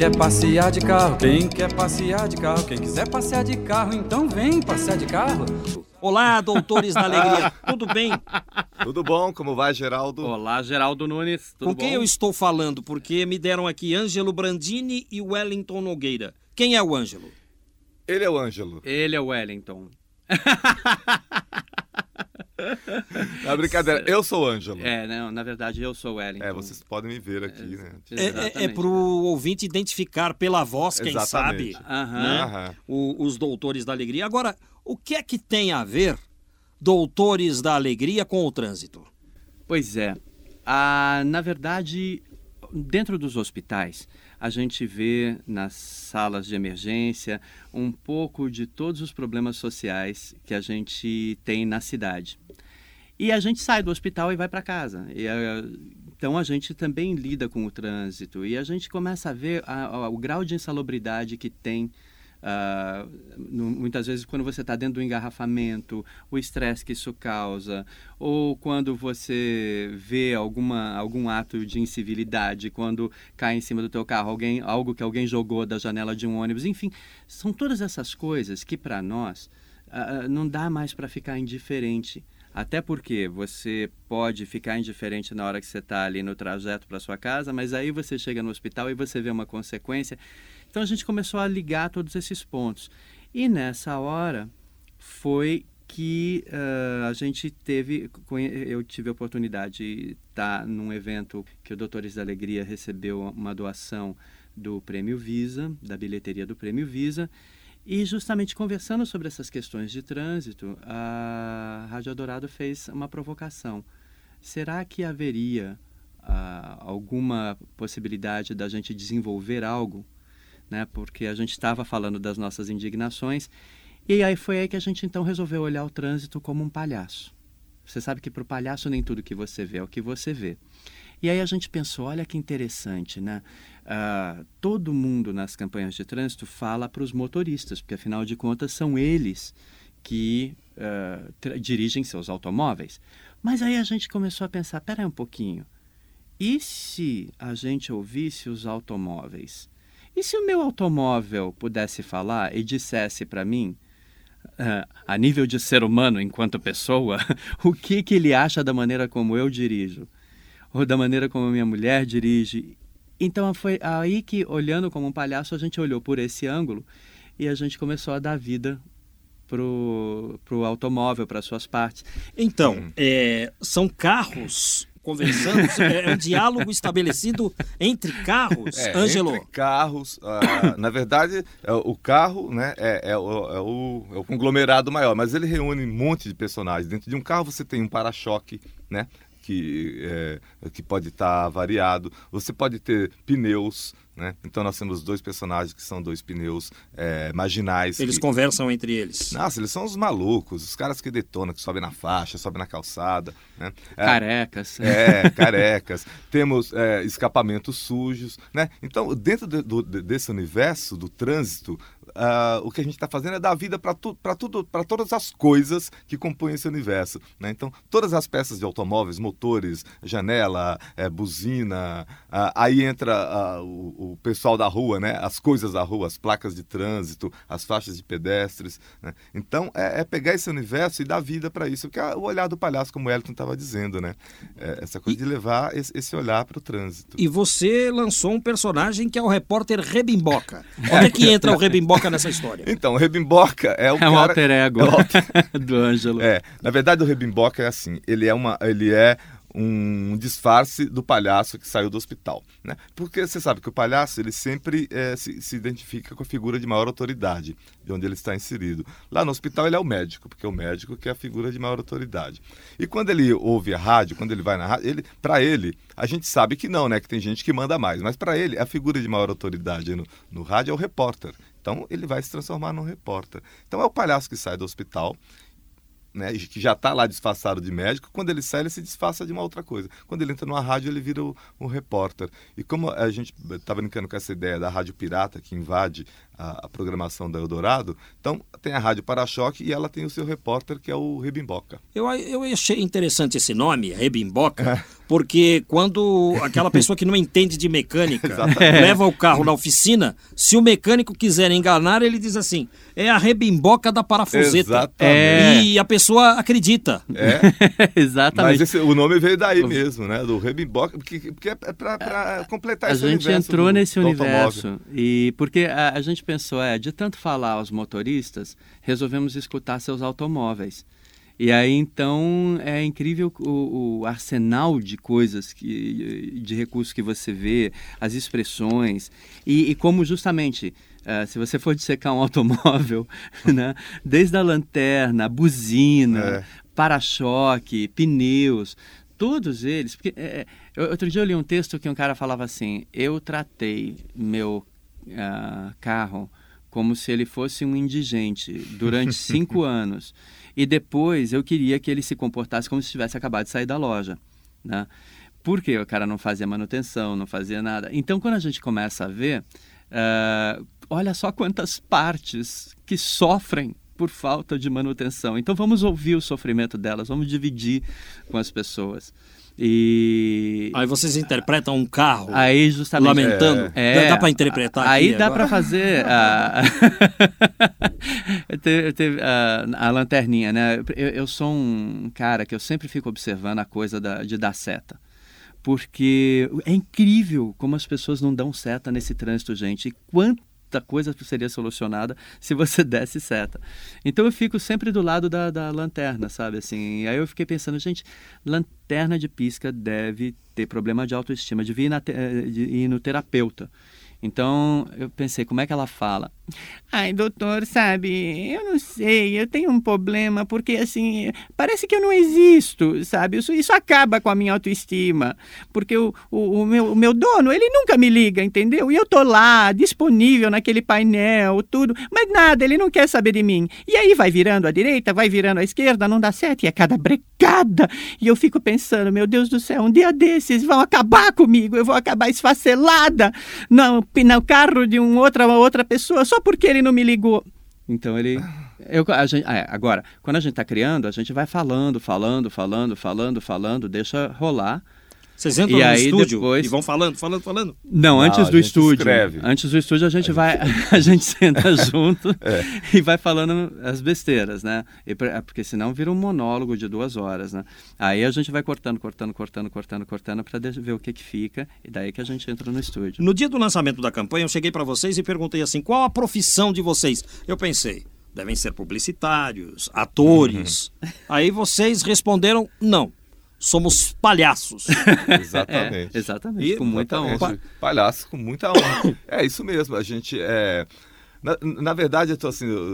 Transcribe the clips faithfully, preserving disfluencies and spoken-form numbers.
quer passear de carro, quem quer passear de carro, quem quiser passear de carro, então vem passear de carro. Olá, doutores da alegria, tudo bem? Tudo bom? Como vai, Geraldo? Olá, Geraldo Nunes, tudo Com quem bom? eu estou falando? Porque me deram aqui Ângelo Brandini e Wellington Nogueira. Quem é o Ângelo? Ele é o Ângelo. Ele é o Wellington. Não, brincadeira, eu sou o Ângelo. É, não, na verdade eu sou o Wellington. É, vocês podem me ver aqui, né? É, é, é para o ouvinte identificar pela voz, quem Exatamente. sabe, Aham. né? Aham. O- os doutores da alegria. Agora, o que é que tem a ver doutores da alegria com o trânsito? Pois é. Ah, na verdade, dentro dos hospitais, a gente vê nas salas de emergência um pouco de todos os problemas sociais que a gente tem na cidade. E a gente sai do hospital e vai para casa. E, eh, então a gente também lida com o trânsito e a gente começa a ver a- a- o grau de insalubridade que tem. ah, no- muitas vezes quando você está dentro do engarrafamento, o estresse que isso causa, ou quando você vê alguma, algum ato de incivilidade, quando cai em cima do teu carro alguém, algo que alguém jogou da janela de um ônibus, enfim, são todas essas coisas que para nós ah, não dá mais para ficar indiferente. Até porque você pode ficar indiferente na hora que você está ali no trajeto para sua casa, mas aí você chega no hospital e você vê uma consequência. Então a gente começou a ligar todos esses pontos. E nessa hora foi que uh, a gente teve, eu tive a oportunidade de estar num evento que o Doutores da Alegria recebeu uma doação do Prêmio Visa, da bilheteria do Prêmio Visa, e justamente conversando sobre essas questões de trânsito, a Rádio Eldorado fez uma provocação. Será que haveria uh, alguma possibilidade da gente desenvolver algo? Né? Porque a gente estava falando das nossas indignações, e aí foi aí que a gente então resolveu olhar o trânsito como um palhaço. Você sabe que para o palhaço nem tudo que você vê é o que você vê. E aí a gente pensou, olha que interessante, né? Ah, todo mundo nas campanhas de trânsito fala para os motoristas, porque afinal de contas são eles que ah, tra- dirigem seus automóveis. Mas aí a gente começou a pensar, pera aí um pouquinho, e se a gente ouvisse os automóveis? E se o meu automóvel pudesse falar e dissesse para mim, uh, a nível de ser humano enquanto pessoa, o que, que ele acha da maneira como eu dirijo? Ou da maneira como minha mulher dirige? Então foi aí que, olhando como um palhaço, a gente olhou por esse ângulo e a gente começou a dar vida pro, pro automóvel, para suas partes. Então, Hum. é, são carros conversando, é um diálogo estabelecido entre carros, É, Ângelo. entre carros, ah, na verdade, é, o carro, né, é, é o, é o- é o conglomerado maior, mas ele reúne um monte de personagens. Dentro de um carro você tem um para-choque, né, que, é, que pode estar variado. Você pode ter pneus, né? Então nós temos dois personagens que são dois pneus é, marginais. Eles que... conversam entre eles. Nossa, eles são os malucos, os caras que detonam, que sobem na faixa, sobem na calçada, né? É, Carecas. É, carecas. Temos é, escapamentos sujos, né? Então, dentro de- do- de- desse universo do trânsito, ah, o que a gente está fazendo é dar vida para tu, para tudo, para todas as coisas que compõem esse universo, né? Então, todas as peças de automóveis, motores, janela, é, buzina, ah, aí entra ah, o, o pessoal da rua, né? As coisas da rua, as placas de trânsito, as faixas de pedestres, né? Então, é, é pegar esse universo e dar vida para isso, que é o olhar do palhaço, como o Elton estava dizendo, né? É, essa coisa de levar esse, esse olhar para o trânsito. E você lançou um personagem que é o repórter Rebimboca. Onde é que entra o Rebimboca nessa história? Então, o Rebimboca é o É um cara... alter ego É o alter- do Ângelo. É, na verdade o Rebimboca é assim, ele é, uma, ele é um disfarce do palhaço que saiu do hospital, né? Porque você sabe que o palhaço ele sempre é, se, se identifica com a figura de maior autoridade, de onde ele está inserido. Lá no hospital ele é o médico, porque é o médico que é a figura de maior autoridade. E quando ele ouve a rádio, quando ele vai na rádio, ele, para ele, a gente sabe que não, né? Que tem gente que manda mais, mas para ele a figura de maior autoridade no, no rádio é o repórter. Então ele vai se transformar num repórter. Então é o palhaço que sai do hospital, né, que já está lá disfarçado de médico. Quando ele sai, ele se disfarça de uma outra coisa. Quando ele entra numa rádio, ele vira o, um repórter. E como a gente estava brincando com essa ideia da rádio pirata que invade a, a programação da Eldorado, então tem a rádio para-choque e ela tem o seu repórter, que é o Rebimboca. Eu, eu achei interessante esse nome, Rebimboca, Porque quando aquela pessoa que não entende de mecânica leva o carro na oficina, se o mecânico quiser enganar, ele diz assim, é a rebimboca da parafuseta. Exatamente. E a pessoa acredita. É. Exatamente. Mas esse, o nome veio daí mesmo, né? Do rebimboca, porque, porque é para completar a esse gente universo entrou do, nesse do universo automóvel. e porque a, a gente pensou, é, de tanto falar aos motoristas, resolvemos escutar seus automóveis. E aí, então, é incrível o, o arsenal de coisas, que, de recursos que você vê, as expressões, e, e como justamente, uh, se você for dissecar um automóvel, né, desde a lanterna, a buzina, É. para-choque, pneus, todos eles... Porque, é, outro dia eu li um texto que um cara falava assim, eu tratei meu uh, carro como se ele fosse um indigente durante cinco anos. E depois eu queria que ele se comportasse como se tivesse acabado de sair da loja, né? Porque o cara não fazia manutenção, não fazia nada. Então, quando a gente começa a ver, uh, olha só quantas partes que sofrem por falta de manutenção. Então, vamos ouvir o sofrimento delas, vamos dividir com as pessoas. E aí vocês interpretam um carro aí justamente lamentando. É, dá dá para interpretar aí aqui dá agora? para fazer a, teve, teve a, a lanterninha, né? Eu, eu sou um cara que eu sempre fico observando a coisa da, de dar seta, porque é incrível como as pessoas não dão seta nesse trânsito, gente. E quanto muita coisa seria solucionada se você desse seta. Então eu fico sempre do lado da, da lanterna, sabe? Assim, e aí eu fiquei pensando, gente, lanterna de pisca deve ter problema de autoestima, devia ir, na, de ir no terapeuta. Então eu pensei, como é que ela fala? Ai, doutor, sabe, eu não sei, eu tenho um problema, porque assim, parece que eu não existo, sabe? Isso, isso acaba com a minha autoestima, porque o, o, o, meu, o meu dono, ele nunca me liga, entendeu? E eu tô lá, disponível naquele painel, tudo, mas nada, ele não quer saber de mim. E aí vai virando à direita, vai virando à esquerda, não dá certo, e é cada brecada. E eu fico pensando, meu Deus do céu, um dia desses vão acabar comigo, eu vou acabar esfacelada no, no carro de um outra, outra pessoa, só porque ele não me ligou. Então ele... Eu, a gente, é, agora, quando a gente está criando, a gente vai falando, falando, falando, falando, falando, deixa rolar. Vocês entram e no aí estúdio depois... e vão falando, falando, falando? Não, Não, antes a do gente estúdio. escreve. Antes do estúdio a gente A vai, gente- a gente senta junto É. e vai falando as besteiras, né? E pra- porque senão vira um monólogo de duas horas, né? Aí a gente vai cortando, cortando, cortando, cortando, cortando para ver o que que fica e daí que a gente entra no estúdio. No dia do lançamento da campanha, eu cheguei para vocês e perguntei assim, qual a profissão de vocês? Eu pensei, devem ser publicitários, atores. Aí vocês responderam, não, somos palhaços. Exatamente. É, exatamente, E- com muita Exatamente. honra. Palhaço com muita honra. É isso mesmo. A gente é. Na, na verdade, eu tô assim. uh,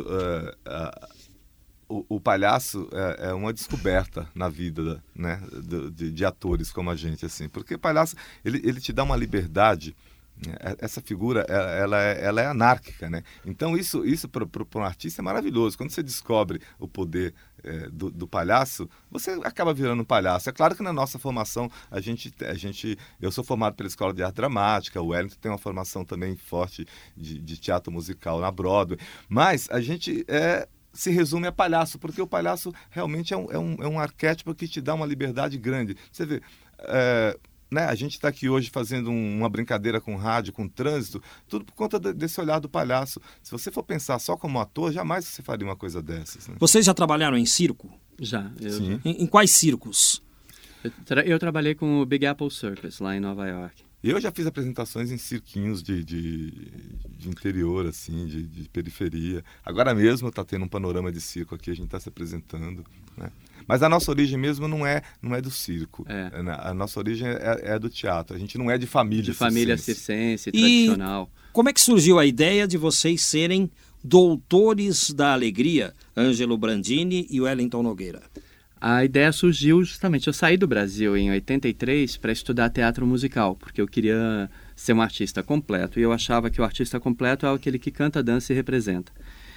uh, o, o palhaço é, é uma descoberta na vida, né, do- de, de atores como a gente, assim, porque palhaço ele, ele te dá uma liberdade. Né? Essa figura ela, ela, é, ela é anárquica, né? Então isso, isso para um artista é maravilhoso. Quando você descobre o poder é, do, do palhaço, você acaba virando um palhaço. É claro que na nossa formação a gente, a gente, eu sou formado pela Escola de Arte Dramática, o Wellington tem uma formação também forte de, de teatro musical na Broadway, mas a gente é se resume a palhaço, porque o palhaço realmente é um, é um, é um arquétipo que te dá uma liberdade grande. Você vê, é, né, a gente está aqui hoje fazendo um, uma brincadeira com rádio, com trânsito, tudo por conta de, desse olhar do palhaço. Se você for pensar só como ator, jamais você faria uma coisa dessas. Né? Vocês já trabalharam em circo? Já. Eu, Sim. Em, em quais circos? eu, tra- eu trabalhei com o Big Apple Circus lá em Nova York. Eu já fiz apresentações em cirquinhos de, de, de interior, assim, de, de periferia. Agora mesmo está tendo um panorama de circo aqui, a gente está se apresentando, né? Mas a nossa origem mesmo não é, não é do circo. É. A nossa origem é, é do teatro. A gente não é de família De família circense. circense, E- tradicional. Como é que surgiu a ideia de vocês serem doutores da alegria, Ângelo Brandini e Wellington Nogueira? A ideia surgiu justamente, eu saí do Brasil em oitenta e três para estudar teatro musical, porque eu queria ser um artista completo, e eu achava que o artista completo é aquele que canta, dança e representa.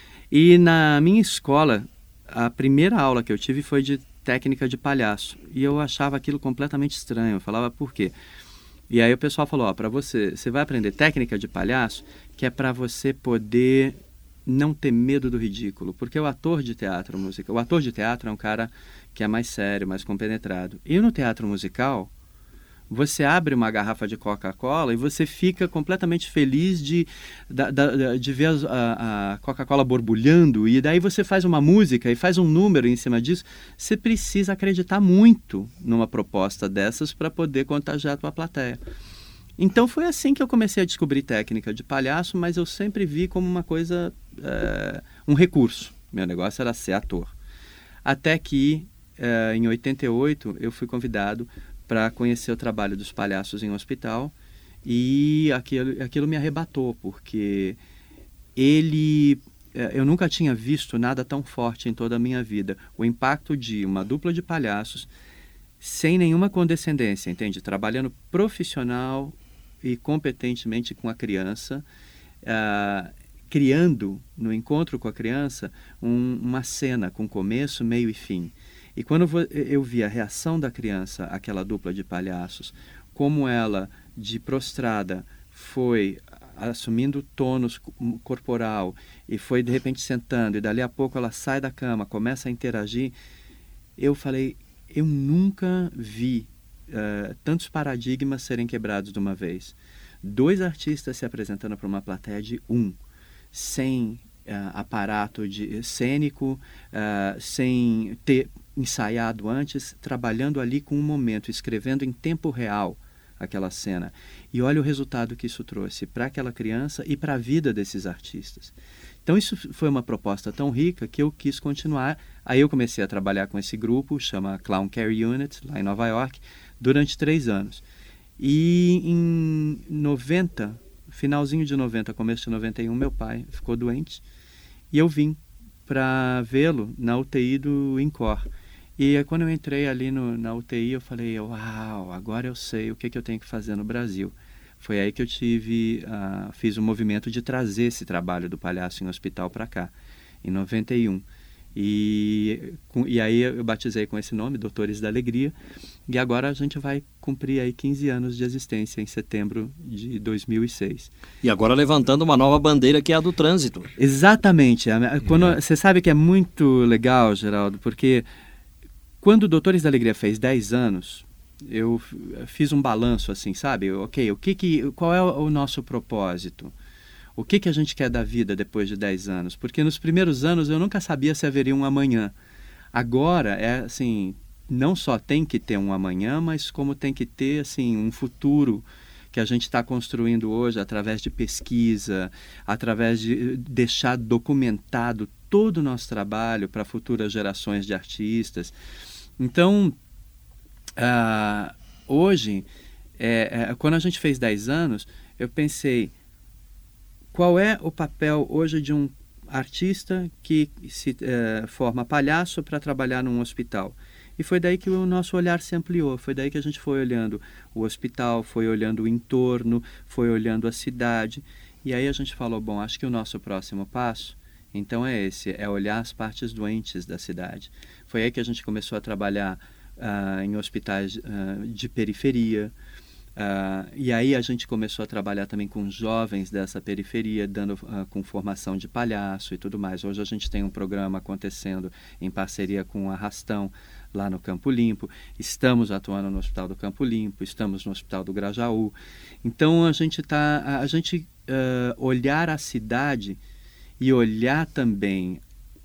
E na minha escola, a primeira aula que eu tive foi de técnica de palhaço, e eu achava aquilo completamente estranho, eu falava por quê? E aí o pessoal falou, ó, para você, você vai aprender técnica de palhaço, que é para você poder não ter medo do ridículo, porque o ator de teatro musical, o ator de teatro é um cara que é mais sério, mais compenetrado. E no teatro musical, Você abre uma garrafa de Coca-Cola e você fica completamente feliz de, da, da, de ver a, a Coca-Cola borbulhando, e daí você faz uma música e faz um número em cima disso. Você precisa acreditar muito numa proposta dessas para poder contagiar a tua plateia. Então foi assim que eu comecei a descobrir técnica de palhaço, mas eu sempre vi como uma coisa, é, um recurso. Meu negócio era ser ator. Até que, é, em oitenta e oito, eu fui convidado para conhecer o trabalho dos palhaços em um hospital, e aquilo, aquilo me arrebatou, porque ele, eu nunca tinha visto nada tão forte em toda a minha vida. O impacto de uma dupla de palhaços sem nenhuma condescendência, entende? Trabalhando profissional e competentemente com a criança, uh, criando no encontro com a criança um, uma cena com começo, meio e fim. E quando eu vi a reação da criança, aquela dupla de palhaços, como ela, de prostrada, foi assumindo tônus corporal e foi, de repente, sentando, e dali a pouco ela sai da cama, começa a interagir, eu falei, eu nunca vi uh, tantos paradigmas serem quebrados de uma vez. Dois artistas se apresentando para uma plateia de um, sem uh, aparato de, cênico, uh, sem ter ensaiado antes, trabalhando ali com um momento, escrevendo em tempo real aquela cena. E olha o resultado que isso trouxe para aquela criança e para a vida desses artistas. Então isso foi uma proposta tão rica que eu quis continuar. Aí eu comecei a trabalhar com esse grupo, chama Clown Care Unit, lá em Nova York, durante três anos. E em noventa, finalzinho de noventa, começo de noventa e um, meu pai ficou doente e eu vim para vê-lo na U T I do INCOR. E quando eu entrei ali no, na U T I, eu falei, uau, agora eu sei o que, que eu tenho que fazer no Brasil. Foi aí que eu tive, uh, fiz o movimento de trazer esse trabalho do palhaço em hospital para cá, em noventa e um. E, com, e aí eu batizei com esse nome, Doutores da Alegria, e agora a gente vai cumprir aí quinze anos de existência em setembro de dois mil e seis. E agora levantando uma nova bandeira, que é a do trânsito. Exatamente. Quando, é. Você sabe que é muito legal, Geraldo, porque quando o Doutores da Alegria fez dez anos, eu fiz um balanço assim, sabe? Ok, o que que, qual é o nosso propósito? O que que a gente quer da vida depois de dez anos? Porque nos primeiros anos eu nunca sabia se haveria um amanhã. Agora, é assim, não só tem que ter um amanhã, mas como tem que ter assim, um futuro que a gente está construindo hoje através de pesquisa, através de deixar documentado todo o nosso trabalho para futuras gerações de artistas. Então, uh, hoje, é, é, quando a gente fez dez anos, eu pensei, qual é o papel hoje de um artista que se uh, forma palhaço para trabalhar num hospital? E foi daí que o nosso olhar se ampliou, foi daí que a gente foi olhando o hospital, foi olhando o entorno, foi olhando a cidade. E aí a gente falou, bom, acho que o nosso próximo passo, então é esse, é olhar as partes doentes da cidade. Foi aí que a gente começou a trabalhar uh, em hospitais uh, de periferia. Uh, e aí a gente começou a trabalhar também com jovens dessa periferia, dando uh, com formação de palhaço e tudo mais. Hoje a gente tem um programa acontecendo em parceria com o Arrastão, lá no Campo Limpo. Estamos atuando no Hospital do Campo Limpo, estamos no Hospital do Grajaú. Então a gente está, a gente uh, olhar a cidade e olhar também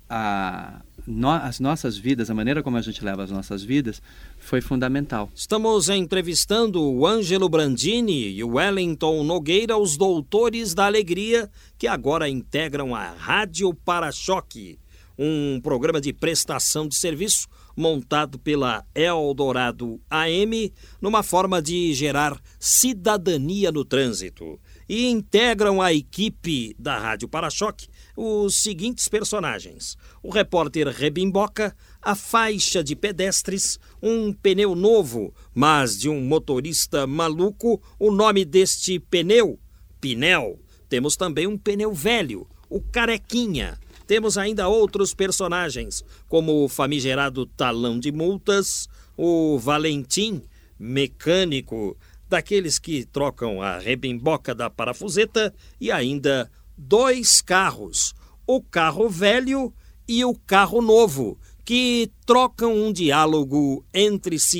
a, no, as nossas vidas, a maneira como a gente leva as nossas vidas, foi fundamental. Estamos entrevistando o Ângelo Brandini e o Wellington Nogueira, os Doutores da Alegria, que agora integram a Rádio Para-Choque, um programa de prestação de serviço montado pela Eldorado A M, numa forma de gerar cidadania no trânsito. E integram a equipe da Rádio Para-Choque os seguintes personagens: o repórter Rebimboca, a faixa de pedestres, um pneu novo, mas de um motorista maluco, o nome deste pneu, Pinel. Temos também um pneu velho, o Carequinha. Temos ainda outros personagens, como o famigerado Talão de Multas, o Valentim, mecânico, daqueles que trocam a rebimboca da parafuseta, e ainda dois carros, o carro velho e o carro novo, que trocam um diálogo entre si.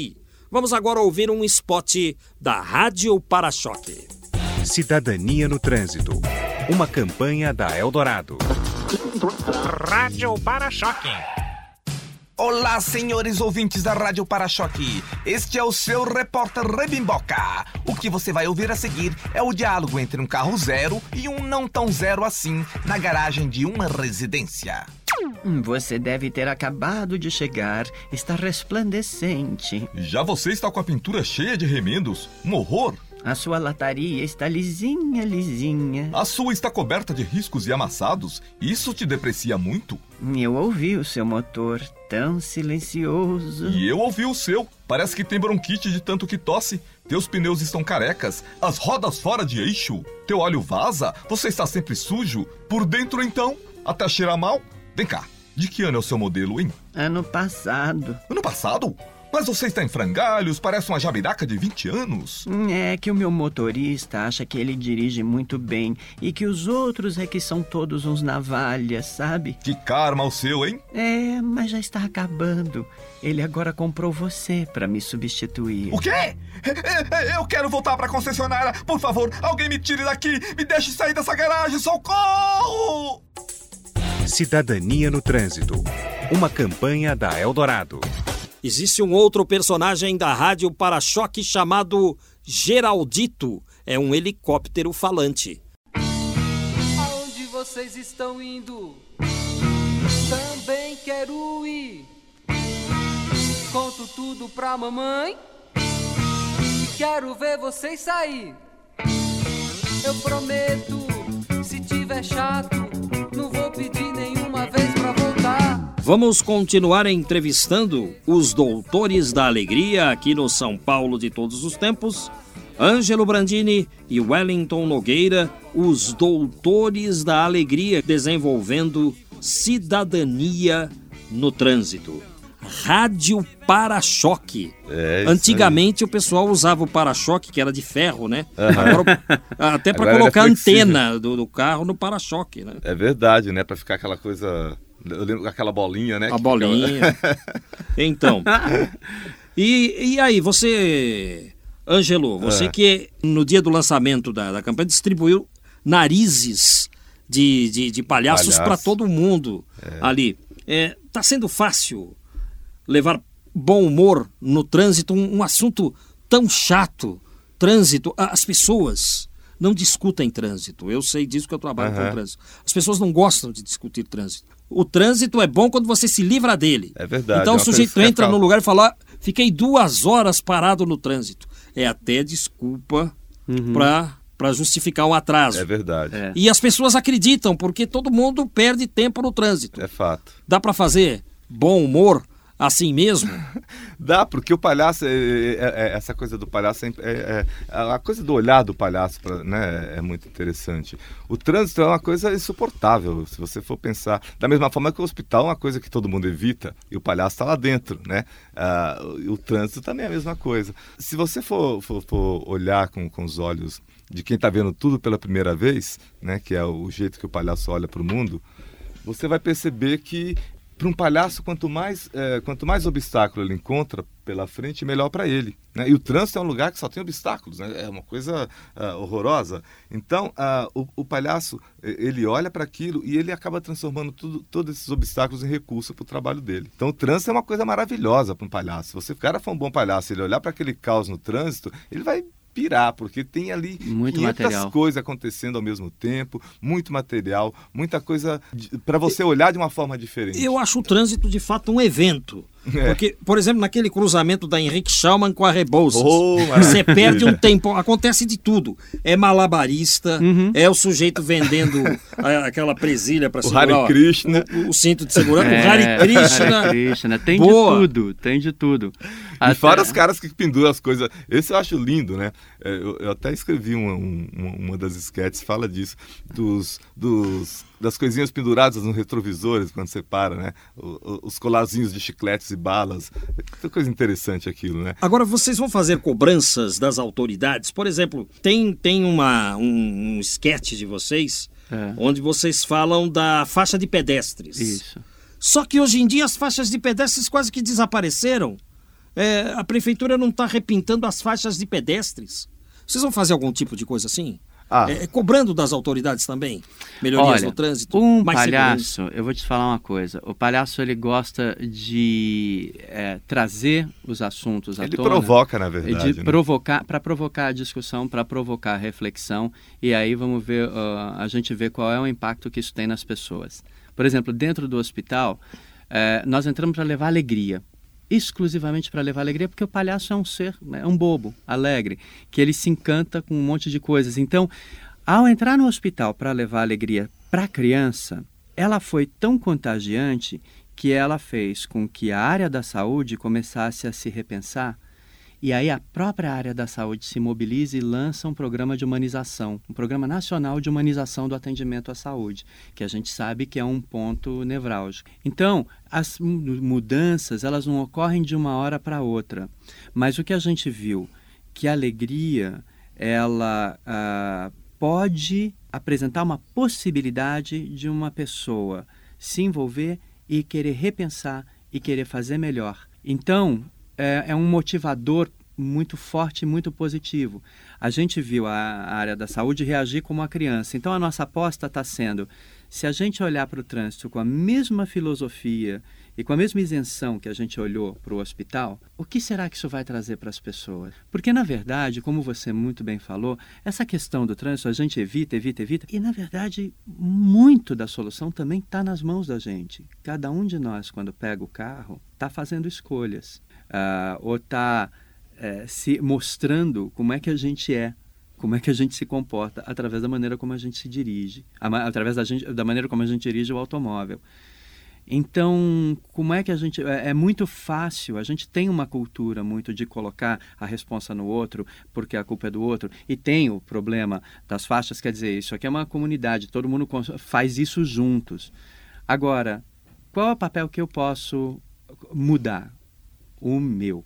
Vamos agora ouvir um spot da Rádio Para-Choque. Cidadania no Trânsito. Uma campanha da Eldorado. Rádio Para-Choque. Olá, senhores ouvintes da Rádio Para-Choque. Este é o seu repórter Rebimboca. O que você vai ouvir a seguir é o diálogo entre um carro zero e um não tão zero assim na garagem de uma residência. Você deve ter acabado de chegar. Está resplandecente. Já você está com a pintura cheia de remendos? Um horror! A sua lataria está lisinha, lisinha. A sua está coberta de riscos e amassados? Isso te deprecia muito? Eu ouvi o seu motor, tão silencioso. E eu ouvi o seu. Parece que tem bronquite de tanto que tosse. Teus pneus estão carecas, as rodas fora de eixo. Teu óleo vaza, você está sempre sujo. Por dentro, então, até cheira mal. Vem cá, de que ano é o seu modelo, hein? Ano passado. Ano passado? Mas você está em frangalhos, parece uma jabiraca de vinte anos. É que o meu motorista acha que ele dirige muito bem e que os outros é que são todos uns navalhas, sabe? Que karma o seu, hein? É, mas já está acabando. Ele agora comprou você para me substituir. O quê? Eu quero voltar para a concessionária. Por favor, alguém me tire daqui. Me deixe sair dessa garagem. Socorro! Cidadania no Trânsito. Uma campanha da Eldorado. Existe um outro personagem da Rádio Para-Choque chamado Geraldito. É um helicóptero falante. Aonde vocês estão indo? Também quero ir. Conto tudo pra mamãe e quero ver vocês sair. Eu prometo, se tiver chato, não vou pedir nenhuma vez pra voltar. Vamos continuar entrevistando os doutores da alegria aqui no São Paulo de todos os tempos. Ângelo Brandini e Wellington Nogueira, os doutores da alegria, desenvolvendo cidadania no trânsito. Rádio Para-Choque. É, isso Antigamente aí. O pessoal usava o para-choque, que era de ferro, né? Uhum. Agora, até para Agora colocar a ele é flexível. antena do, do carro no para-choque, né? É verdade, né? Pra ficar aquela coisa... Eu lembro aquela bolinha, né? A bolinha. Ficava... Então. E, e aí, você... Ângelo, você é. que no dia do lançamento da, da campanha distribuiu narizes de, de, de palhaços Palhaço. para todo mundo é. ali. É, tá sendo fácil levar bom humor no trânsito, um, um assunto tão chato. Trânsito, as pessoas não discutem trânsito. Eu sei disso que eu trabalho uhum. com trânsito. As pessoas não gostam de discutir trânsito. O trânsito é bom quando você se livra dele. É verdade. Então é o sujeito entra fica... no lugar e fala, fiquei duas horas parado no trânsito. É até desculpa uhum. para para justificar um atraso. É verdade. É. E as pessoas acreditam, porque todo mundo perde tempo no trânsito. É fato. Dá para fazer bom humor assim mesmo? Dá, porque o palhaço, é, é, é, essa coisa do palhaço, é, é, é, a coisa do olhar do palhaço, pra, né, é muito interessante. O trânsito é uma coisa insuportável, se você for pensar. Da mesma forma que o hospital é uma coisa que todo mundo evita, e o palhaço está lá dentro, né? Ah, o, o trânsito também é a mesma coisa. Se você for, for, for olhar com, com os olhos de quem está vendo tudo pela primeira vez, né, que é o jeito que o palhaço olha para o mundo, você vai perceber que para um palhaço, quanto mais, é, quanto mais obstáculo ele encontra pela frente, melhor para ele, né? E o trânsito é um lugar que só tem obstáculos, né? É uma coisa uh, horrorosa. Então, uh, o, o palhaço, ele olha para aquilo e ele acaba transformando tudo, todos esses obstáculos em recurso para o trabalho dele. Então, o trânsito é uma coisa maravilhosa para um palhaço. Se você, o cara for um bom palhaço, ele olhar para aquele caos no trânsito, ele vai pirar, porque tem ali muito quinhentas material. coisas acontecendo ao mesmo tempo, muito material, muita coisa para você olhar de uma forma diferente. Eu acho o trânsito, de fato, um evento. É. Porque, por exemplo, naquele cruzamento da Henrique Schaumann com a Rebouças, oh, você perde um tempo, acontece de tudo. É malabarista, uhum. é o sujeito vendendo a, aquela presilha para segurar o Hare Krishna. O, o cinto de segurança, é, o Hare Krishna. Hare Krishna. Tem Boa. de tudo, tem de tudo. E Até... fora os caras que penduram as coisas. Esse eu acho lindo, né? Eu, eu até escrevi uma, uma, uma das esquetes, fala disso, dos, dos, das coisinhas penduradas nos retrovisores, quando você para, né? O, os colarzinhos de chicletes e balas. Que coisa interessante aquilo, né? Agora, vocês vão fazer cobranças das autoridades? Por exemplo, tem, tem uma, um, um esquete de vocês, é. onde vocês falam da faixa de pedestres. Isso. Só que hoje em dia as faixas de pedestres quase que desapareceram. é, a prefeitura não está repintando as faixas de pedestres. Vocês vão fazer algum tipo de coisa assim? Ah. É, cobrando das autoridades também? Melhorias Olha, no trânsito? Um mais palhaço, segurança? eu vou te falar uma coisa. O palhaço, ele gosta de é, trazer os assuntos à Ele tona. provoca, na verdade. De né? provocar, para provocar a discussão, para provocar a reflexão. E aí vamos ver, uh, a gente vê qual é o impacto que isso tem nas pessoas. Por exemplo, dentro do hospital, é, nós entramos para levar alegria. Exclusivamente para levar alegria, porque o palhaço é um ser, é um bobo, alegre, que ele se encanta com um monte de coisas. Então, ao entrar no hospital para levar alegria para a criança, ela foi tão contagiante que ela fez com que a área da saúde começasse a se repensar. E aí a própria área da saúde se mobiliza e lança um programa de humanização, um programa nacional de humanização do atendimento à saúde, que a gente sabe que é um ponto nevrálgico. Então, as mudanças, elas não ocorrem de uma hora para outra, mas o que a gente viu, que a alegria, ela ah, pode apresentar uma possibilidade de uma pessoa se envolver e querer repensar e querer fazer melhor. Então, É, é um motivador muito forte e muito positivo. A gente viu a, a área da saúde reagir como a criança. Então, a nossa aposta está sendo, se a gente olhar para o trânsito com a mesma filosofia e com a mesma isenção que a gente olhou para o hospital, o que será que isso vai trazer para as pessoas? Porque, na verdade, como você muito bem falou, essa questão do trânsito a gente evita, evita, evita. E, na verdade, muito da solução também está nas mãos da gente. Cada um de nós, quando pega o carro, está fazendo escolhas. Uh, ou está uh, se mostrando como é que a gente é, como é que a gente se comporta através da maneira como a gente se dirige, a, através da, gente, da maneira como a gente dirige o automóvel. Então, como é que a gente... É, é muito fácil, a gente tem uma cultura muito de colocar a responsa no outro, porque a culpa é do outro, e tem o problema das faixas, quer dizer, isso aqui é uma comunidade, todo mundo faz isso juntos. Agora, qual é o papel que eu posso mudar? O meu.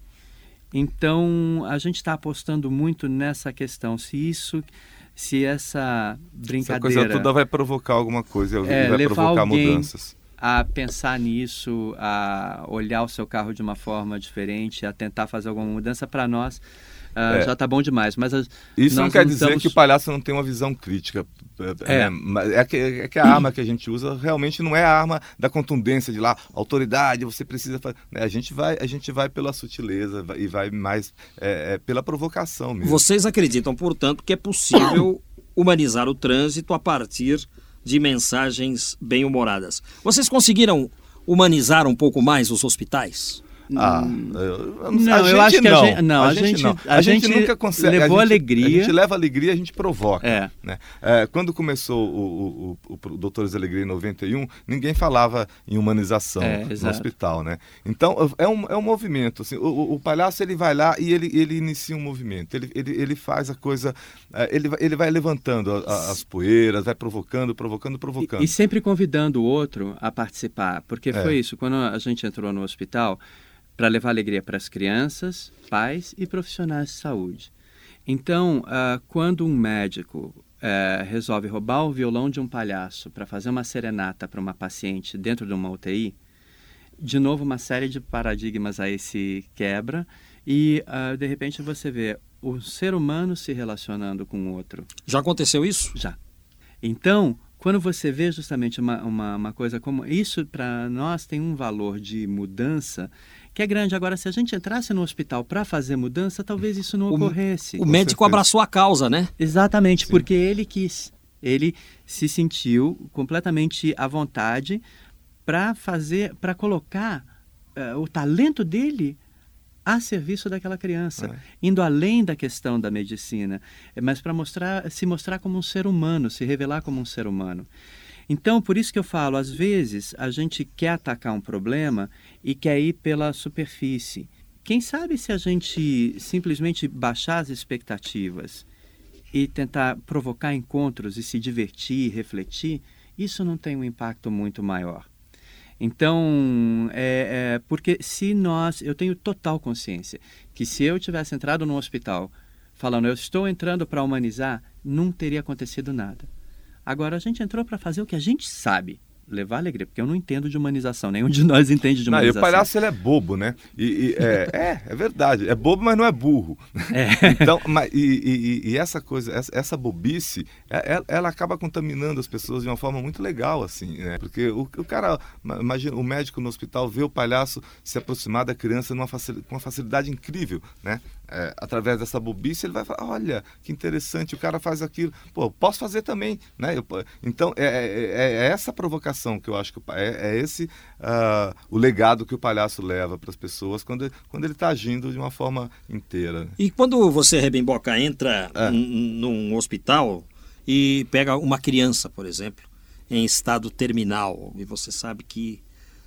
Então, a gente está apostando muito nessa questão. Se isso, se essa brincadeira... Essa coisa toda vai provocar alguma coisa, é, vai provocar mudanças. A pensar nisso, a olhar o seu carro de uma forma diferente, a tentar fazer alguma mudança, para nós uh, é. já está bom demais. Mas a, isso não quer não dizer estamos... que o palhaço não tem uma visão crítica. É, é. É, que, é que a arma que a gente usa realmente não é a arma da contundência de lá, autoridade, você precisa fazer. A gente vai, a gente vai pela sutileza e vai mais é, é, pela provocação mesmo. Vocês acreditam, portanto, que é possível humanizar o trânsito a partir de mensagens bem-humoradas. Vocês conseguiram humanizar um pouco mais os hospitais? Ah, eu, não, a gente eu acho que não. a gente não. A, a gente, gente não. A, a gente, gente nunca consegue. Levou a gente, alegria. A gente leva alegria, a gente provoca. É. Né? É, quando começou o, o, o, o Doutores da Alegria em noventa e um, ninguém falava em humanização é, no exato. hospital, né? Então é um, é um movimento. Assim, o, o palhaço ele vai lá e ele, ele inicia um movimento. Ele, ele, ele faz a coisa. Ele, ele vai levantando a, a, as poeiras, vai provocando, provocando, provocando. E, e sempre convidando o outro a participar, porque é. foi isso. Quando a gente entrou no hospital, para levar alegria para as crianças, pais e profissionais de saúde. Então, uh, quando um médico uh, resolve roubar o violão de um palhaço para fazer uma serenata para uma paciente dentro de uma U T I, de novo uma série de paradigmas aí se quebra e, uh, de repente, você vê o ser humano se relacionando com o outro. Já aconteceu isso? Já. Então, quando você vê justamente uma, uma, uma coisa como isso, para nós tem um valor de mudança que é grande. Agora, se a gente entrasse no hospital para fazer mudança, talvez isso não o, ocorresse. O médico abraçou a causa, né? Exatamente, Sim. porque ele quis. Ele se sentiu completamente à vontade para fazer, para colocar uh, o talento dele a serviço daquela criança, é. indo além da questão da medicina, mas para mostrar, se mostrar como um ser humano, se revelar como um ser humano. Então, por isso que eu falo, às vezes a gente quer atacar um problema e quer ir pela superfície. Quem sabe se a gente simplesmente baixar as expectativas e tentar provocar encontros e se divertir, refletir, isso não tem um impacto muito maior. Então, é, é, porque se nós, eu tenho total consciência que se eu tivesse entrado num hospital falando, eu estou entrando para humanizar, não teria acontecido nada. Agora, a gente entrou para fazer o que a gente sabe, levar alegria, porque eu não entendo de humanização, nenhum de nós entende de humanização. Não, e o palhaço ele é bobo, né? E, e, é, é, é verdade, é bobo, mas não é burro. É. Então, mas, e, e, e essa coisa, essa, essa bobice, ela, ela acaba contaminando as pessoas de uma forma muito legal, assim, né? Porque o, o cara, imagina, o médico no hospital vê o palhaço se aproximar da criança numa facil, com uma facilidade incrível, né? É, através dessa bobice, ele vai falar, olha, que interessante, o cara faz aquilo, pô, eu posso fazer também, né? Eu, então, é, é, é essa provocação que eu acho que é, é esse uh, o legado que o palhaço leva para as pessoas quando, quando ele está agindo de uma forma inteira. E quando você, Rebimboca, entra é. num hospital e pega uma criança, por exemplo, em estado terminal, e você sabe que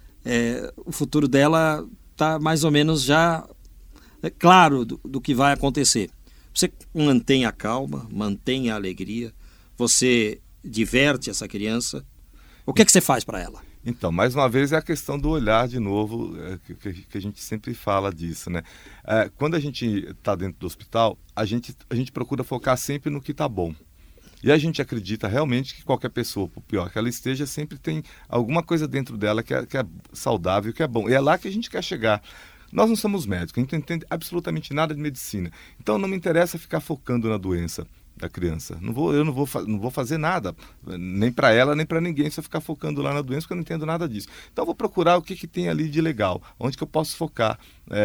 é, o futuro dela está mais ou menos já é claro do, do que vai acontecer. Você mantém a calma, mantém a alegria, você diverte essa criança. O que é que você faz para ela? Então, mais uma vez é a questão do olhar de novo, é, que, que a gente sempre fala disso, né? É, quando a gente está dentro do hospital, a gente, a gente procura focar sempre no que está bom. E a gente acredita realmente que qualquer pessoa, por pior que ela esteja, sempre tem alguma coisa dentro dela que é, que é saudável, que é bom. E é lá que a gente quer chegar. Nós não somos médicos, a gente não entende absolutamente nada de medicina. Então não me interessa ficar focando na doença da criança. Não vou, eu não vou, não vou fazer nada, nem para ela, nem para ninguém, se eu ficar focando lá na doença, porque eu não entendo nada disso. Então eu vou procurar o que, que tem ali de legal, onde que eu posso focar,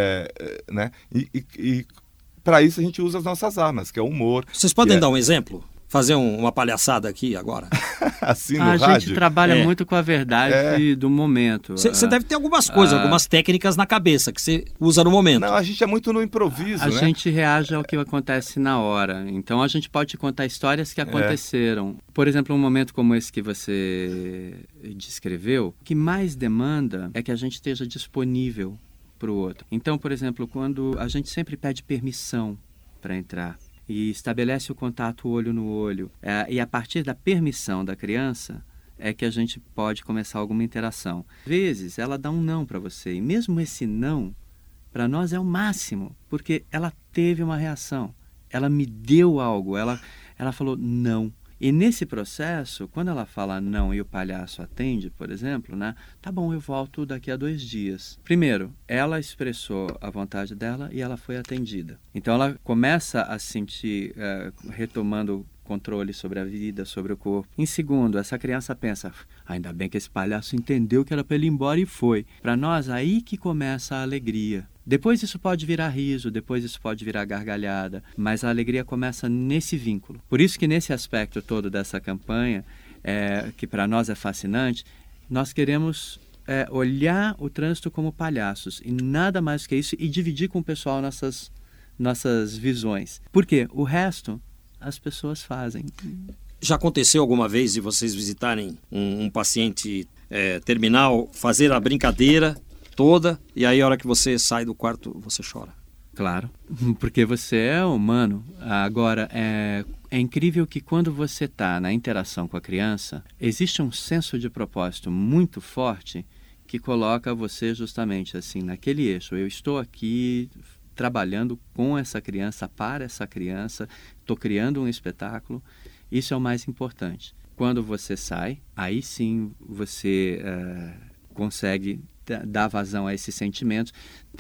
é, né? E, e, e para isso a gente usa as nossas armas, que é o humor. Vocês podem é... dar um exemplo? Fazer um, uma palhaçada aqui agora? Assim no a rádio? gente trabalha é. muito com a verdade é. do momento. Você deve ter algumas coisas, ah. algumas técnicas na cabeça que você usa no momento. Não, a gente é muito no improviso, a né? A gente reage ao que acontece na hora. Então a gente pode contar histórias que aconteceram. É. Por exemplo, um momento como esse que você descreveu, o que mais demanda é que a gente esteja disponível para o outro. Então, por exemplo, quando a gente sempre pede permissão para entrar, e estabelece o contato olho no olho. É, e a partir da permissão da criança é que a gente pode começar alguma interação. Às vezes ela dá um não para você, e mesmo esse não, para nós é o máximo, porque ela teve uma reação, ela me deu algo, ela, ela falou não. E nesse processo, quando ela fala não e o palhaço atende, por exemplo, né? Tá bom, eu volto daqui a dois dias. Primeiro, ela expressou a vontade dela e ela foi atendida. Então ela começa a se sentir, uh, retomando controle sobre a vida, sobre o corpo. Em segundo, essa criança pensa, ainda bem que esse palhaço entendeu que era para ele ir embora e foi. Para nós, aí que começa a alegria. Depois isso pode virar riso, depois isso pode virar gargalhada, mas a alegria começa nesse vínculo. Por isso que nesse aspecto todo dessa campanha, é, que para nós é fascinante, nós queremos é, olhar o trânsito como palhaços e nada mais que isso e dividir com o pessoal nossas, nossas visões. Por quê? O resto as pessoas fazem. Já aconteceu alguma vez de vocês visitarem um, um paciente é, terminal, fazer a brincadeira toda, e aí a hora que você sai do quarto, você chora? Claro, porque você é humano. Agora, é, é incrível que quando você está na interação com a criança, existe um senso de propósito muito forte que coloca você justamente assim, naquele eixo. Eu estou aqui trabalhando com essa criança, para essa criança, estou criando um espetáculo. Isso é o mais importante. Quando você sai, aí sim você uh, consegue dar vazão a esses sentimentos.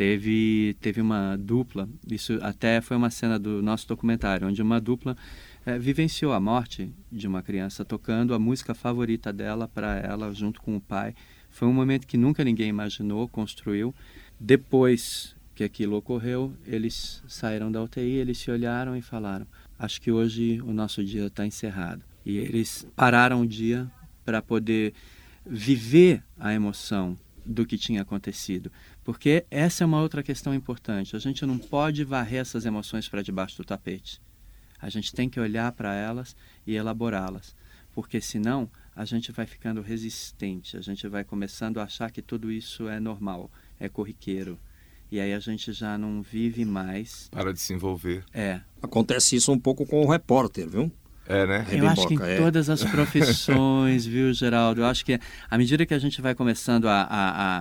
Teve, teve uma dupla, isso até foi uma cena do nosso documentário, onde uma dupla uh, vivenciou a morte de uma criança tocando a música favorita dela para ela, junto com o pai. Foi um momento que nunca ninguém imaginou, construiu. Depois que aquilo ocorreu, eles saíram da U T I, eles se olharam e falaram, acho que hoje o nosso dia está encerrado. E eles pararam o dia para poder viver a emoção do que tinha acontecido. Porque essa é uma outra questão importante. A gente não pode varrer essas emoções para debaixo do tapete. A gente tem que olhar para elas e elaborá-las. Porque senão a gente vai ficando resistente, a gente vai começando a achar que tudo isso é normal, é corriqueiro. E aí a gente já não vive mais. Para de se envolver. É. Acontece isso um pouco com o repórter, viu? É, né? Eu acho que em é. todas as profissões, viu, Geraldo? Eu acho que à medida que a gente vai começando a, a, a,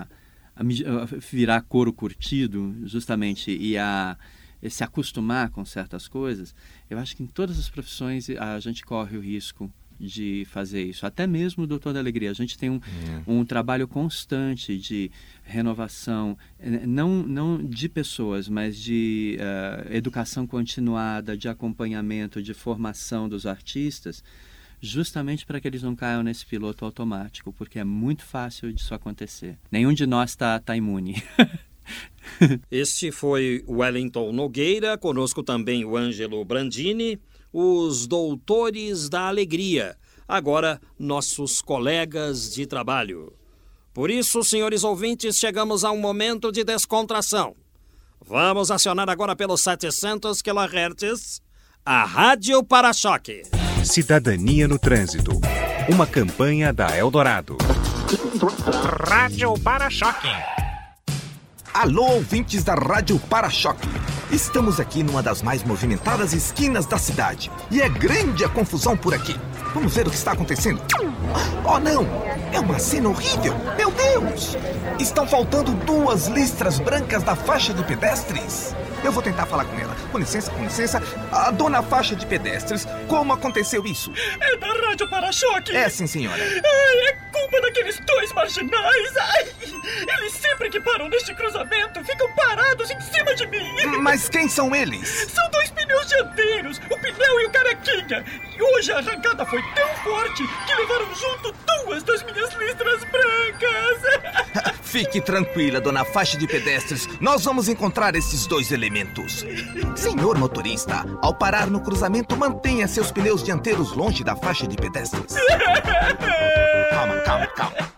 a virar couro curtido, justamente, e a e se acostumar com certas coisas, eu acho que em todas as profissões a gente corre o risco de fazer isso. Até mesmo o Doutor da Alegria. A gente tem um, um trabalho constante de renovação, não, não de pessoas, mas de uh, educação continuada, de acompanhamento, de formação dos artistas, justamente para que eles não caiam nesse piloto automático, porque é muito fácil disso acontecer. Nenhum de nós está tá imune. Este foi o Wellington Nogueira, conosco também o Ângelo Brandini, os Doutores da Alegria, agora nossos colegas de trabalho. Por isso, senhores ouvintes, chegamos a um momento de descontração. Vamos acionar agora pelos setecentos quilohertz a Rádio Para-Choque. Cidadania no Trânsito, uma campanha da Eldorado. Rádio Para-Choque. Alô, ouvintes da Rádio Para-Choque. Estamos aqui numa das mais movimentadas esquinas da cidade. E é grande a confusão por aqui. Vamos ver o que está acontecendo. Oh, não! É uma cena horrível! Meu Deus! Estão faltando duas listras brancas da faixa de pedestres. Eu vou tentar falar com ela. Com licença, com licença. A dona faixa de pedestres, como aconteceu isso? É da Rádio Para-Choque. É sim, senhora. Ai, é culpa daqueles dois marginais. Ai, eles sempre que param neste cruzamento ficam parados em cima de mim. Mas quem são eles? São dois pneus dianteiros, o pneu e o carequinha. E hoje a arrancada foi tão forte que levaram junto duas das minhas listras brancas. Fique tranquila, dona faixa de pedestres. Nós vamos encontrar esses dois elementos. Senhor motorista, ao parar no cruzamento, mantenha seus pneus dianteiros longe da faixa de pedestres. Calma, calma, calma.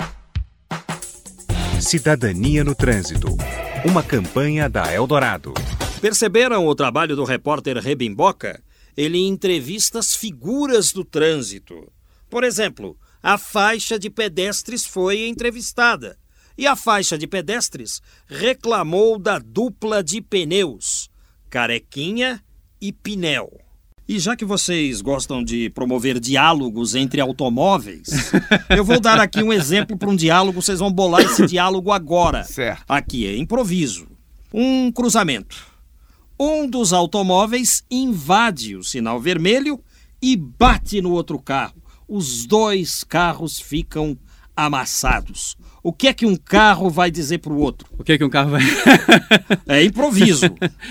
Cidadania no Trânsito, uma campanha da Eldorado. Perceberam o trabalho do repórter Rebimboca? Ele entrevista as figuras do trânsito. Por exemplo, a faixa de pedestres foi entrevistada. E a faixa de pedestres reclamou da dupla de pneus, carequinha e Pinel. E já que vocês gostam de promover diálogos entre automóveis, eu vou dar aqui um exemplo para um diálogo, vocês vão bolar esse diálogo agora. Certo. Aqui é improviso. Um cruzamento. Um dos automóveis invade o sinal vermelho e bate no outro carro. Os dois carros ficam amassados. O que é que um carro vai dizer para o outro? O que é que um carro vai... É improviso.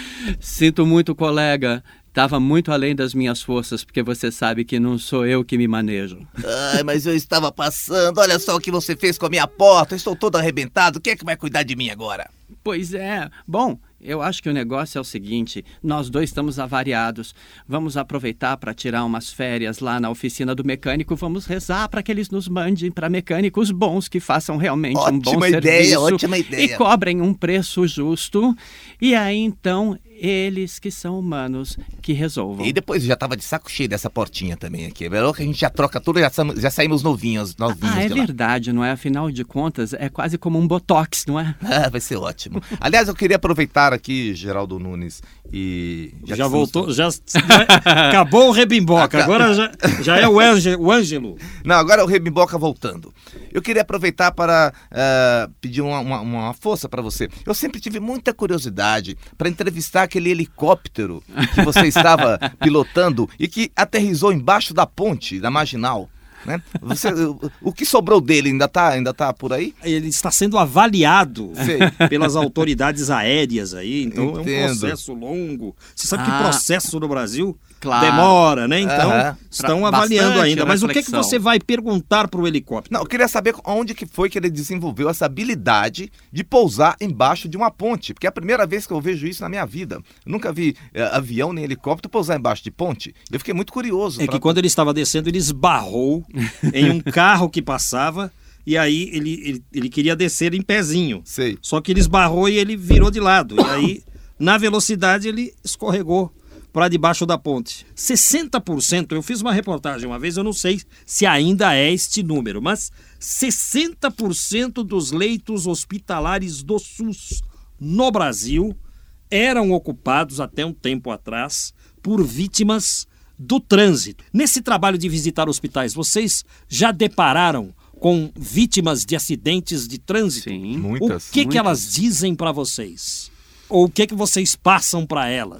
Sinto muito, colega. Estava muito além das minhas forças, porque você sabe que não sou eu que me manejo. Ai, mas eu estava passando. Olha só o que você fez com a minha porta. Eu estou todo arrebentado. Quem é que vai cuidar de mim agora? Pois é. Bom, eu acho que o negócio é o seguinte. Nós dois estamos avariados. Vamos aproveitar para tirar umas férias lá na oficina do mecânico. Vamos rezar para que eles nos mandem para mecânicos bons que façam realmente ótima um bom ideia, serviço. Ótima ideia. E cobrem um preço justo. E aí, então, eles que são humanos que resolvam. E depois já estava de saco cheio dessa portinha também aqui. É verdade que a gente já troca tudo e já, já saímos novinhos. novinhos ah, é de lá. verdade, não é? Afinal de contas, é quase como um botox, não é? Ah, vai ser ótimo. Aliás, eu queria aproveitar aqui, Geraldo Nunes, e... Já, já voltou, estamos... já acabou o Rebimboca, agora já, já é o Ângelo, o Ângelo. Não, agora é o Rebimboca voltando. Eu queria aproveitar para uh, pedir uma, uma, uma força para você. Eu sempre tive muita curiosidade para entrevistar aquele helicóptero que você estava pilotando e que aterrissou embaixo da ponte, da Marginal. Né? Você, o que sobrou dele ainda está ainda tá por aí? Ele está sendo avaliado Sei. pelas autoridades aéreas aí, então Entendo. é um processo longo. Você sabe Ah, que processo no Brasil claro. demora, né? Então Aham. estão Pra- avaliando bastante ainda. Mas o que, que reflexão. você vai perguntar para o helicóptero? Não, eu queria saber onde que foi que ele desenvolveu essa habilidade de pousar embaixo de uma ponte, porque é a primeira vez que eu vejo isso na minha vida. Eu nunca vi eh, avião nem helicóptero pousar embaixo de ponte. Eu fiquei muito curioso. É pra- que quando ele estava descendo, ele esbarrou em um carro que passava e aí ele, ele, ele queria descer em pezinho. Sei. Só que ele esbarrou e ele virou de lado. E aí, na velocidade, ele escorregou para debaixo da ponte. sessenta por cento, eu fiz uma reportagem uma vez, eu não sei se ainda é este número, mas sessenta por cento dos leitos hospitalares do SUS no Brasil eram ocupados até um tempo atrás por vítimas do trânsito. Nesse trabalho de visitar hospitais, vocês já depararam com vítimas de acidentes de trânsito? Sim. Muitas. O que, que muitas. elas dizem para vocês? Ou o que, que vocês passam para elas?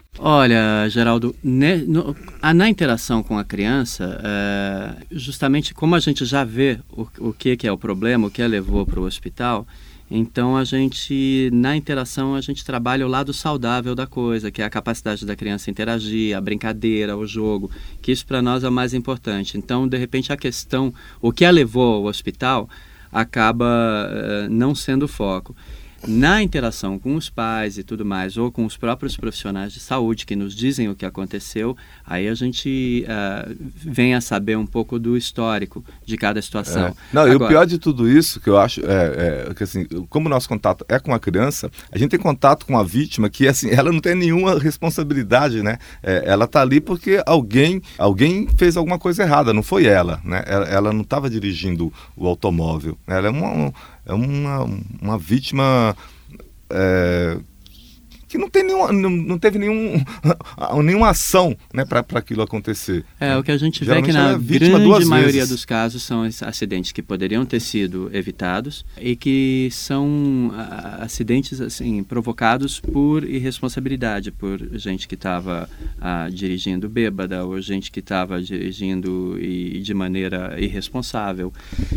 Olha, Geraldo, ne, no, a, na interação com a criança, é, justamente como a gente já vê o, o que, que é o problema, o que a levou para o hospital, então a gente, na interação, a gente trabalha o lado saudável da coisa, que é a capacidade da criança interagir, a brincadeira, o jogo, que isso para nós é o mais importante. Então, de repente, a questão, o que a levou ao hospital, acaba uh, não sendo o foco. Na interação com os pais e tudo mais, ou com os próprios profissionais de saúde que nos dizem o que aconteceu, aí a gente uh, vem a saber um pouco do histórico de cada situação. É. Não, Agora, e o pior de tudo isso, que eu acho, é, é que assim, como o nosso contato é com a criança, a gente tem contato com a vítima que, assim, ela não tem nenhuma responsabilidade, né? É, ela tá ali porque alguém, alguém fez alguma coisa errada, não foi ela, né? Ela, ela não estava dirigindo o automóvel, ela é uma... É uma, uma vítima é, que não, tem nenhuma, não, não teve nenhum, nenhuma ação, né, para aquilo acontecer. É, o que a gente vê é que na é grande maioria dos casos são acidentes que poderiam ter sido evitados e que são a, acidentes assim, provocados por irresponsabilidade, por gente que estava dirigindo bêbada ou gente que estava dirigindo e, de maneira irresponsável.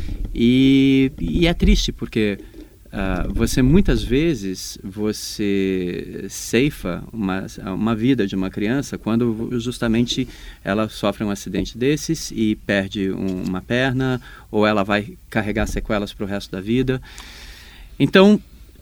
E, e é triste porque uh, você muitas vezes você ceifa uma, uma vida de uma criança quando justamente ela sofre um acidente desses e perde um, uma perna ou ela vai carregar sequelas para o resto da vida. Então,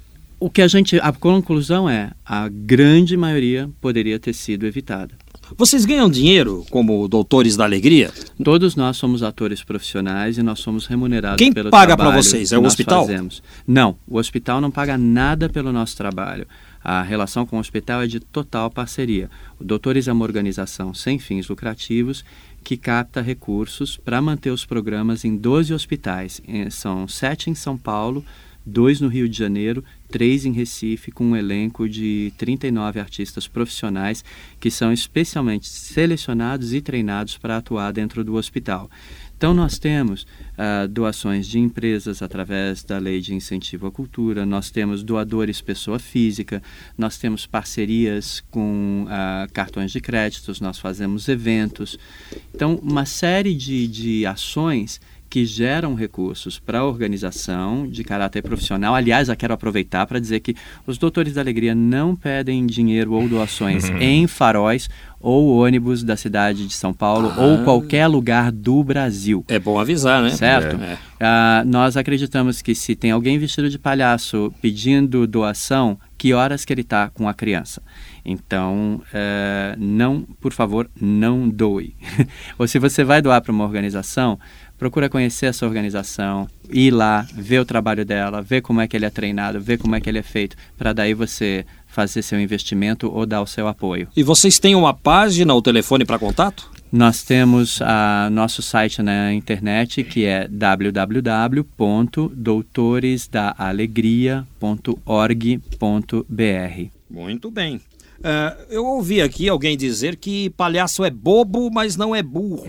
o que a gente, a conclusão é, a grande maioria poderia ter sido evitada. Vocês ganham dinheiro como doutores da alegria? Todos nós somos atores profissionais e nós somos remunerados Quem pelo paga trabalho para vocês? É o nós hospital? Fazemos. Não, o hospital não paga nada pelo nosso trabalho. A relação com o hospital é de total parceria. O Doutores é uma organização sem fins lucrativos que capta recursos para manter os programas em doze hospitais. São sete em São Paulo, dois no Rio de Janeiro, três em Recife, com um elenco de trinta e nove artistas profissionais que são especialmente selecionados e treinados para atuar dentro do hospital. Então, nós temos uh, doações de empresas através da Lei de Incentivo à Cultura, nós temos doadores pessoa física, nós temos parcerias com uh, cartões de créditos, nós fazemos eventos. Então, uma série de, de ações que geram recursos para a organização de caráter profissional. Aliás, eu quero aproveitar para dizer que os Doutores da Alegria não pedem dinheiro ou doações em faróis ou ônibus da cidade de São Paulo ah. ou qualquer lugar do Brasil. É bom avisar, né? Certo? É. Uh, nós acreditamos que se tem alguém vestido de palhaço pedindo doação, que horas que ele está com a criança? Então, uh, não, por favor, não doe. Ou se você vai doar para uma organização, procura conhecer essa organização, ir lá, ver o trabalho dela, ver como é que ele é treinado, ver como é que ele é feito, para daí você fazer seu investimento ou dar o seu apoio. E vocês têm uma página ou telefone para contato? Nós temos a nosso site na internet, que é w w w ponto doutores da alegria ponto org ponto b r. Muito bem. Uh, eu ouvi aqui alguém dizer que palhaço é bobo, mas não é burro.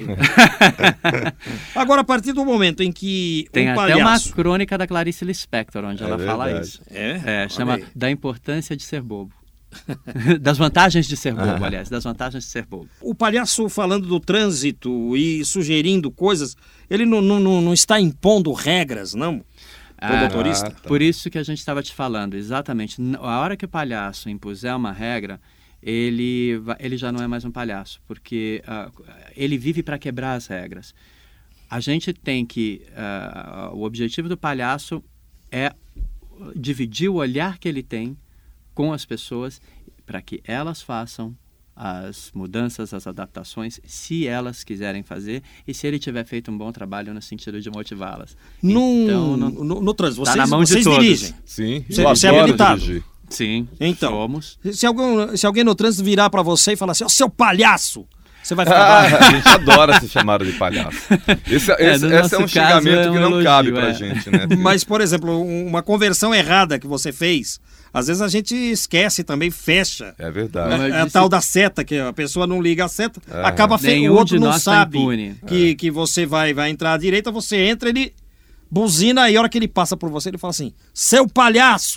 Agora, a partir do momento em que Tem um até palhaço... uma crônica da Clarice Lispector, onde É ela verdade. fala isso. É? É, chama aí. Da Importância de Ser Bobo. Das vantagens de ser bobo, aliás. Das vantagens de ser bobo. O palhaço falando do trânsito e sugerindo coisas, ele não, não, não, não está impondo regras, não? Pro Ah, motorista? Ah, tá. Por isso que a gente estava te falando, exatamente. A hora que o palhaço impuser uma regra, ele, va- ele já não é mais um palhaço, porque ah, ele vive para quebrar as regras. A gente tem que... ah, o objetivo do palhaço é dividir o olhar que ele tem com as pessoas para que elas façam as mudanças, as adaptações, se elas quiserem fazer e se ele tiver feito um bom trabalho no sentido de motivá-las. No, Então, não- no, no trânsito, Tá vocês, na mão de vocês todos. dirigem. Sim, Você- eu você é adoro habilitado? dirigir. Sim, Então, somos. Se alguém, se alguém no trânsito virar para você e falar assim, ó, seu palhaço, você vai ficar Ah, bravo. a gente adora ser chamado de palhaço. Esse, É, esse, no esse é nosso um xingamento caso, é um que não elogio, cabe pra é. gente, né? Mas, por exemplo, um- uma conversão errada que você fez, às vezes a gente esquece também, fecha. É verdade. Como É, eu é a disse- tal da seta, que a pessoa não liga a seta, É. acaba feio, Nenhum o outro de não nós tá sabe impune. que, que você vai, vai entrar à direita, você entra, ele buzina, e a hora que ele passa por você, ele fala assim, seu palhaço!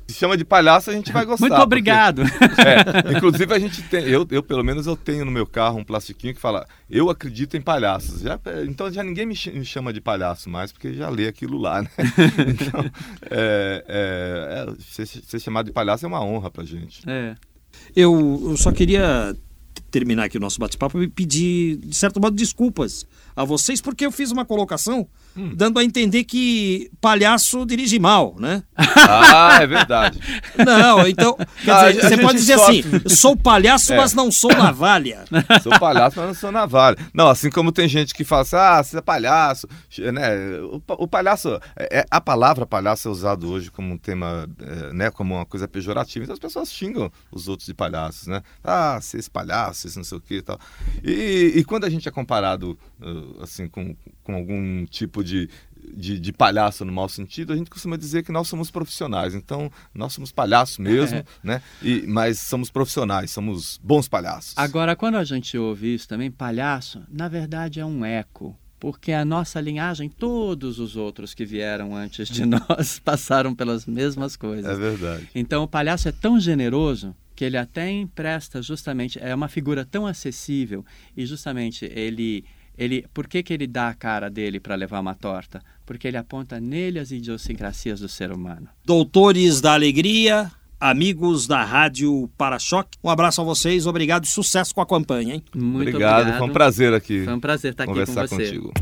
Se chama de palhaço, a gente vai gostar. Muito obrigado. Porque, é, inclusive, a gente tem, eu, eu, pelo menos, eu tenho no meu carro um plastiquinho que fala, eu acredito em palhaços. Já, então, já ninguém me chama de palhaço mais, porque já lê aquilo lá, né? Então, é, é, é, ser, ser chamado de palhaço é uma honra pra gente. É. Eu, eu só queria terminar aqui o nosso bate-papo e pedir, de certo modo, desculpas a vocês, porque eu fiz uma colocação hum. dando a entender que palhaço dirige mal, né? Ah, é verdade. Não, então, quer ah, dizer, você pode dizer sofre. assim, sou palhaço, é. mas não sou navalha. Sou palhaço, mas não sou navalha. Não, assim como tem gente que fala assim, ah, você é palhaço, né? O, o palhaço, é, a palavra palhaço é usado hoje como um tema, é, né, como uma coisa pejorativa, então as pessoas xingam os outros de palhaços, né? Ah, vocês palhaços, vocês não sei o que e tal. E, e quando a gente é comparado assim, com, com algum tipo de, de, de palhaço no mau sentido, a gente costuma dizer que nós somos profissionais. Então, nós somos palhaços mesmo, é. né? E, mas somos profissionais, somos bons palhaços. Agora, quando a gente ouve isso também, palhaço, na verdade é um eco. Porque a nossa linhagem, todos os outros que vieram antes de nós passaram pelas mesmas coisas. É verdade. Então, o palhaço é tão generoso que ele até empresta justamente, é uma figura tão acessível e justamente ele... Ele, por que, que ele dá a cara dele para levar uma torta? Porque ele aponta nele as idiosincrasias do ser humano. Doutores da alegria, amigos da Rádio Para-Choque, um abraço a vocês, obrigado e sucesso com a campanha, hein? Muito obrigado, obrigado. Foi um prazer aqui. Foi um prazer estar aqui com você. Contigo.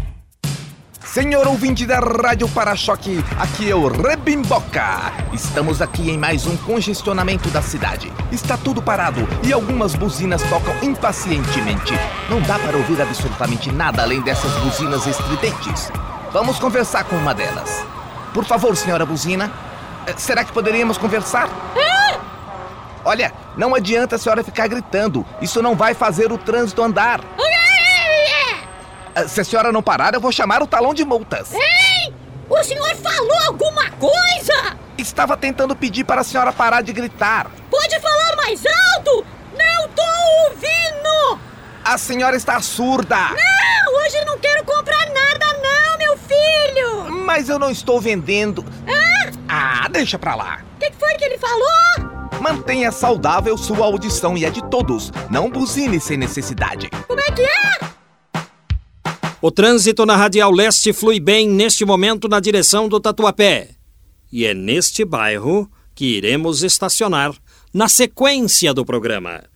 Senhor ouvinte da Rádio Para-Choque, aqui é o Rebimboca. Estamos aqui em mais um congestionamento da cidade. Está tudo parado e algumas buzinas tocam impacientemente. Não dá para ouvir absolutamente nada além dessas buzinas estridentes. Vamos conversar com uma delas. Por favor, senhora buzina, será que poderíamos conversar? Olha, não adianta a senhora ficar gritando. Isso não vai fazer o trânsito andar. Se a senhora não parar, eu vou chamar o talão de multas. Ei! O senhor falou alguma coisa? Estava tentando pedir para a senhora parar de gritar. Pode falar mais alto? Não tô ouvindo! A senhora está surda. Não, hoje não quero comprar nada não, meu filho. Mas eu não estou vendendo. Ah, ah deixa pra lá. O que foi que ele falou? Mantenha saudável sua audição e é de todos. Não buzine sem necessidade. Como é que é? O trânsito na Radial Leste flui bem neste momento na direção do Tatuapé. E é neste bairro que iremos estacionar na sequência do programa.